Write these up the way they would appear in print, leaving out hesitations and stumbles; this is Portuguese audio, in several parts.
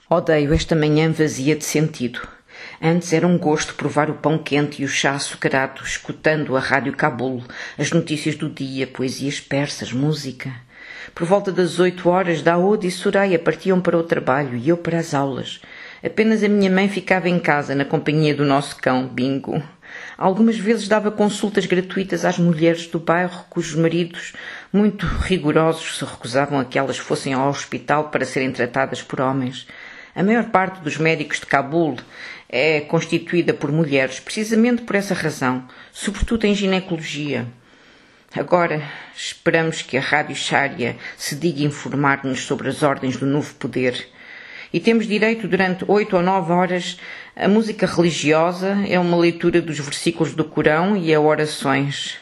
Odeio esta manhã vazia de sentido. Antes era um gosto provar o pão quente e o chá açucarado, escutando a rádio Cabul, as notícias do dia, poesias persas, música. Por volta das 8 horas, Daoud e Soraya partiam para o trabalho e eu para as aulas. Apenas a minha mãe ficava em casa, na companhia do nosso cão, Bingo. Algumas vezes dava consultas gratuitas às mulheres do bairro, cujos maridos, muito rigorosos, se recusavam a que elas fossem ao hospital para serem tratadas por homens. A maior parte dos médicos de Cabul é constituída por mulheres, precisamente por essa razão, sobretudo em ginecologia. Agora esperamos que a Rádio Sharia se diga informar-nos sobre as ordens do novo poder. E temos direito, durante 8 ou 9 horas, a música religiosa, é uma leitura dos versículos do Corão e a orações.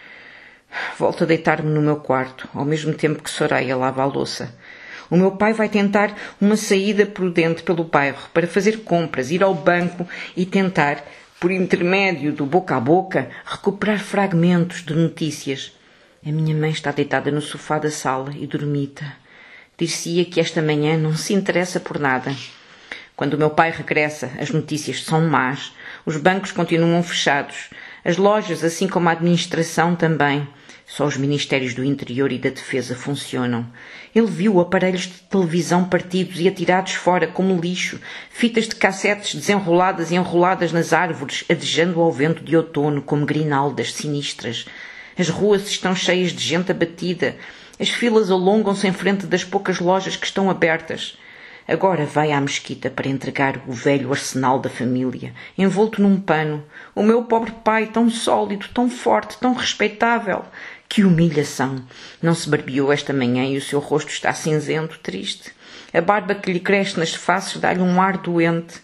Volto a deitar-me no meu quarto, ao mesmo tempo que Soraya lava a louça. O meu pai vai tentar uma saída prudente pelo bairro para fazer compras, ir ao banco e tentar, por intermédio do boca a boca, recuperar fragmentos de notícias. A minha mãe está deitada no sofá da sala e dormita. Dir-se-ia que esta manhã não se interessa por nada. Quando o meu pai regressa, as notícias são más. Os bancos continuam fechados. As lojas, assim como a administração, também. Só os Ministérios do Interior e da Defesa funcionam. Ele viu aparelhos de televisão partidos e atirados fora como lixo, fitas de cassetes desenroladas e enroladas nas árvores, adejando ao vento de outono como grinaldas sinistras. As ruas estão cheias de gente abatida. As filas alongam-se em frente das poucas lojas que estão abertas. Agora vai à mesquita para entregar o velho arsenal da família, envolto num pano. O meu pobre pai, tão sólido, tão forte, tão respeitável. Que humilhação! Não se barbeou esta manhã e o seu rosto está cinzento, triste. A barba que lhe cresce nas faces dá-lhe um ar doente.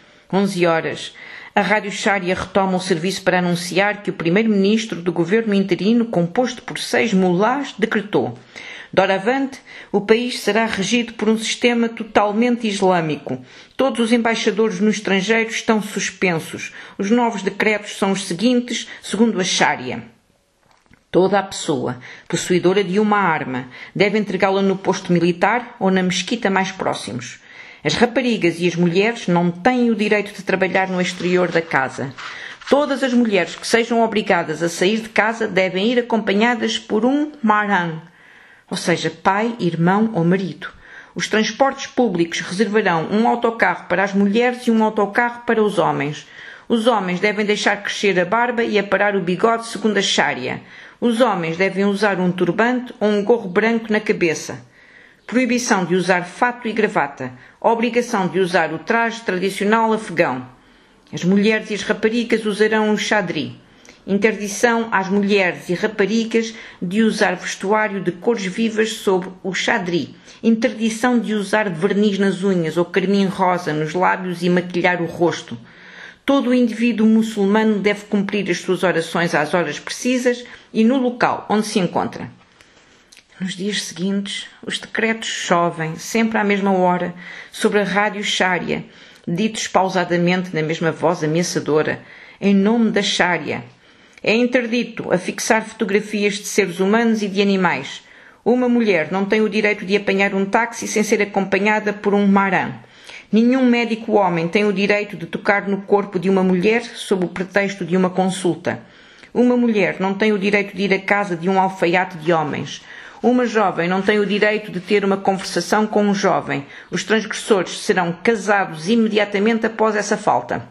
11 horas. A Rádio Sharia retoma o serviço para anunciar que o primeiro-ministro do governo interino, composto por 6 mulás, decretou: doravante, o país será regido por um sistema totalmente islâmico. Todos os embaixadores no estrangeiro estão suspensos. Os novos decretos são os seguintes, segundo a Sharia. Toda a pessoa possuidora de uma arma deve entregá-la no posto militar ou na mesquita mais próximos. As raparigas e as mulheres não têm o direito de trabalhar no exterior da casa. Todas as mulheres que sejam obrigadas a sair de casa devem ir acompanhadas por um mahram, ou seja, pai, irmão ou marido. Os transportes públicos reservarão um autocarro para as mulheres e um autocarro para os homens. Os homens devem deixar crescer a barba e aparar o bigode segundo a Sharia. Os homens devem usar um turbante ou um gorro branco na cabeça. Proibição de usar fato e gravata. Obrigação de usar o traje tradicional afegão. As mulheres e as raparigas usarão o xadri. Interdição às mulheres e raparigas de usar vestuário de cores vivas sob o xadri. Interdição de usar verniz nas unhas ou carmim rosa nos lábios e maquilhar o rosto. Todo o indivíduo muçulmano deve cumprir as suas orações às horas precisas e no local onde se encontra. Nos dias seguintes, os decretos chovem, sempre à mesma hora, sobre a Rádio Sharia, ditos pausadamente na mesma voz ameaçadora, em nome da Sharia. É interdito afixar fotografias de seres humanos e de animais. Uma mulher não tem o direito de apanhar um táxi sem ser acompanhada por um mahram. Nenhum médico homem tem o direito de tocar no corpo de uma mulher sob o pretexto de uma consulta. Uma mulher não tem o direito de ir à casa de um alfaiate de homens. Uma jovem não tem o direito de ter uma conversação com um jovem. Os transgressores serão casados imediatamente após essa falta.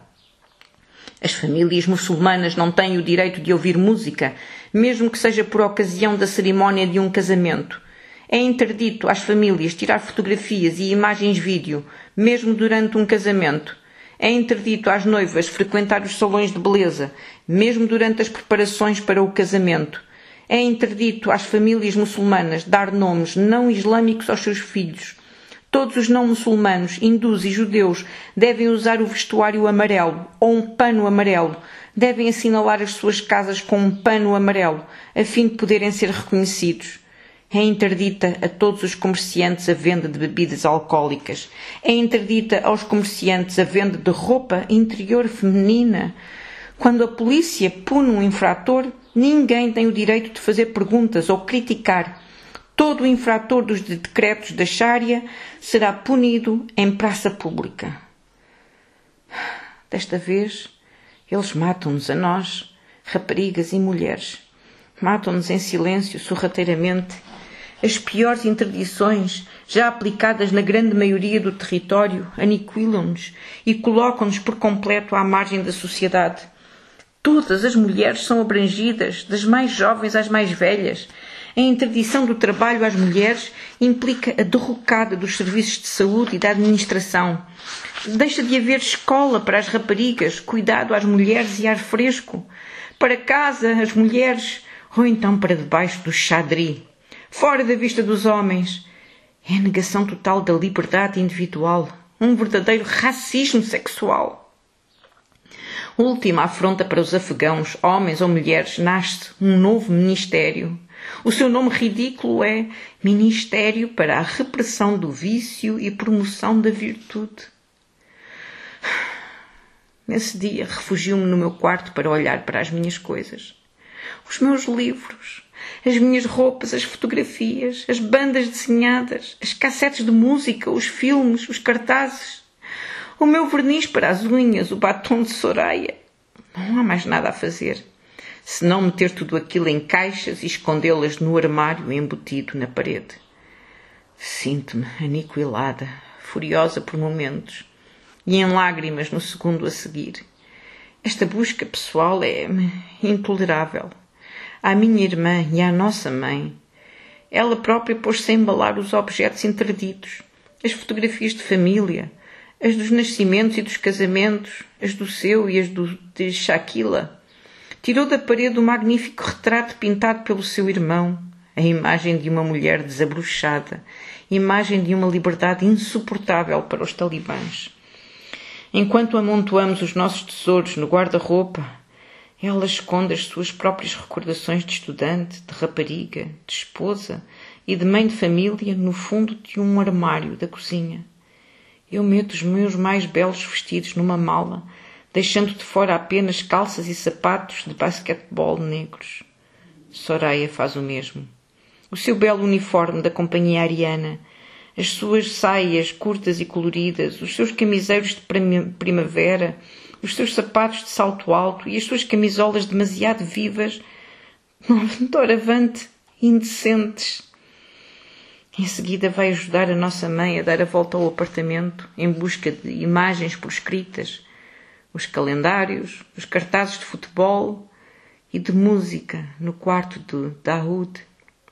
As famílias muçulmanas não têm o direito de ouvir música, mesmo que seja por ocasião da cerimónia de um casamento. É interdito às famílias tirar fotografias e imagens vídeo, mesmo durante um casamento. É interdito às noivas frequentar os salões de beleza, mesmo durante as preparações para o casamento. É interdito às famílias muçulmanas dar nomes não islâmicos aos seus filhos. Todos os não muçulmanos, hindus e judeus devem usar o vestuário amarelo ou um pano amarelo. Devem assinalar as suas casas com um pano amarelo, a fim de poderem ser reconhecidos. É interdita a todos os comerciantes a venda de bebidas alcoólicas. É interdita aos comerciantes a venda de roupa interior feminina. Quando a polícia pune um infrator, ninguém tem o direito de fazer perguntas ou criticar. Todo o infrator dos decretos da Sharia será punido em praça pública. Desta vez, eles matam-nos a nós, raparigas e mulheres. Matam-nos em silêncio, sorrateiramente. As piores interdições, já aplicadas na grande maioria do território, aniquilam-nos e colocam-nos por completo à margem da sociedade. Todas as mulheres são abrangidas, das mais jovens às mais velhas. A interdição do trabalho às mulheres implica a derrocada dos serviços de saúde e da administração. Deixa de haver escola para as raparigas, cuidado às mulheres e ar fresco. Para casa, as mulheres, ou então para debaixo do xadri. Fora da vista dos homens. É a negação total da liberdade individual. Um verdadeiro racismo sexual. Última afronta para os afegãos, homens ou mulheres, nasce um novo ministério. O seu nome ridículo é Ministério para a Repressão do Vício e Promoção da Virtude. Nesse dia, refugio-me no meu quarto para olhar para as minhas coisas. Os meus livros, as minhas roupas, as fotografias, as bandas desenhadas, as cassetes de música, os filmes, os cartazes, o meu verniz para as unhas, o batom de Soraya. Não há mais nada a fazer, senão meter tudo aquilo em caixas e escondê-las no armário embutido na parede. Sinto-me aniquilada, furiosa por momentos, e em lágrimas no segundo a seguir. Esta busca pessoal é intolerável. À minha irmã e à nossa mãe. Ela própria pôs-se a embalar os objetos interditos, as fotografias de família, as dos nascimentos e dos casamentos, as do seu e as de Shaquila. Tirou da parede o magnífico retrato pintado pelo seu irmão, a imagem de uma mulher desabrochada, imagem de uma liberdade insuportável para os talibãs. Enquanto amontoamos os nossos tesouros no guarda-roupa, ela esconde as suas próprias recordações de estudante, de rapariga, de esposa e de mãe de família no fundo de um armário da cozinha. Eu meto os meus mais belos vestidos numa mala, deixando de fora apenas calças e sapatos de basquetebol negros. Soraya faz o mesmo. O seu belo uniforme da companhia ariana, as suas saias curtas e coloridas, os seus camiseiros de primavera, os seus sapatos de salto alto e as suas camisolas demasiado vivas, doravante indecentes. Em seguida vai ajudar a nossa mãe a dar a volta ao apartamento em busca de imagens por escritas, os calendários, os cartazes de futebol e de música no quarto de Daoud.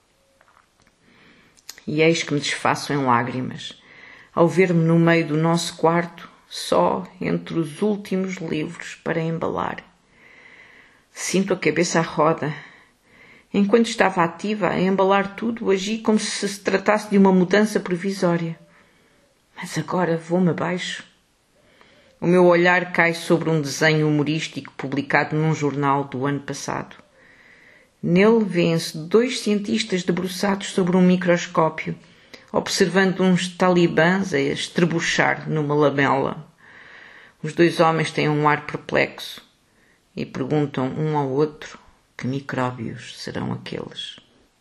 E eis que me desfaço em lágrimas, ao ver-me no meio do nosso quarto, só entre os últimos livros para embalar. Sinto a cabeça à roda. Enquanto estava ativa a embalar tudo, agi como se tratasse de uma mudança provisória. Mas agora vou-me abaixo. O meu olhar cai sobre um desenho humorístico publicado num jornal do ano passado. Nele vêem-se 2 cientistas debruçados sobre um microscópio, observando uns talibãs a estrebuchar numa lamela. Os 2 homens têm um ar perplexo e perguntam um ao outro que micróbios serão aqueles.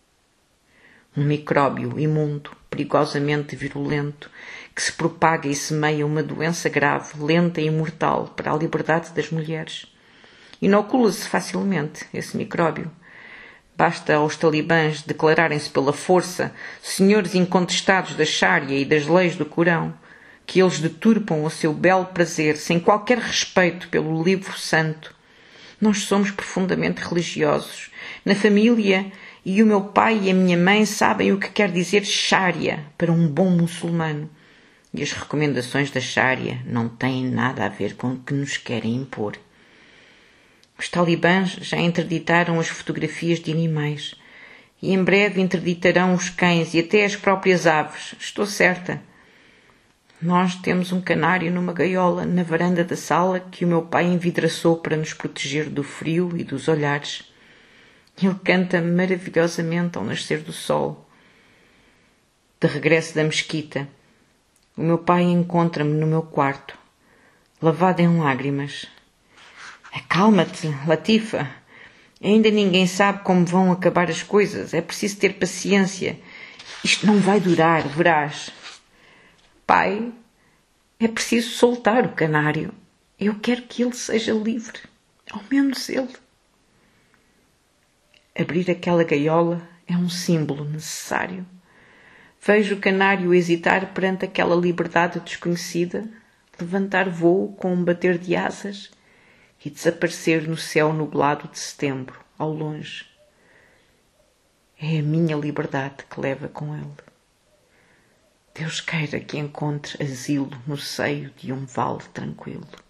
Um micróbio imundo, perigosamente virulento, que se propaga e semeia uma doença grave, lenta e mortal para a liberdade das mulheres. Inocula-se facilmente esse micróbio. Basta aos talibãs declararem-se pela força senhores incontestados da Sharia e das leis do Corão, que eles deturpam o seu belo prazer sem qualquer respeito pelo livro santo. Nós somos profundamente religiosos. Na família, e o meu pai e a minha mãe sabem o que quer dizer Sharia para um bom muçulmano. E as recomendações da Sharia não têm nada a ver com o que nos querem impor. Os talibãs já interditaram as fotografias de animais e em breve interditarão os cães e até as próprias aves, estou certa. Nós temos um canário numa gaiola na varanda da sala que o meu pai envidraçou para nos proteger do frio e dos olhares. Ele canta maravilhosamente ao nascer do sol. De regresso da mesquita, o meu pai encontra-me no meu quarto, lavado em lágrimas. Acalma-te, Latifa. Ainda ninguém sabe como vão acabar as coisas. É preciso ter paciência. Isto não vai durar, verás. Pai, é preciso soltar o canário. Eu quero que ele seja livre. Ao menos ele. Abrir aquela gaiola é um símbolo necessário. Vejo o canário hesitar perante aquela liberdade desconhecida, levantar voo com um bater de asas e desaparecer no céu nublado de setembro, ao longe. É a minha liberdade que leva com ele. Deus queira que encontre asilo no seio de um vale tranquilo.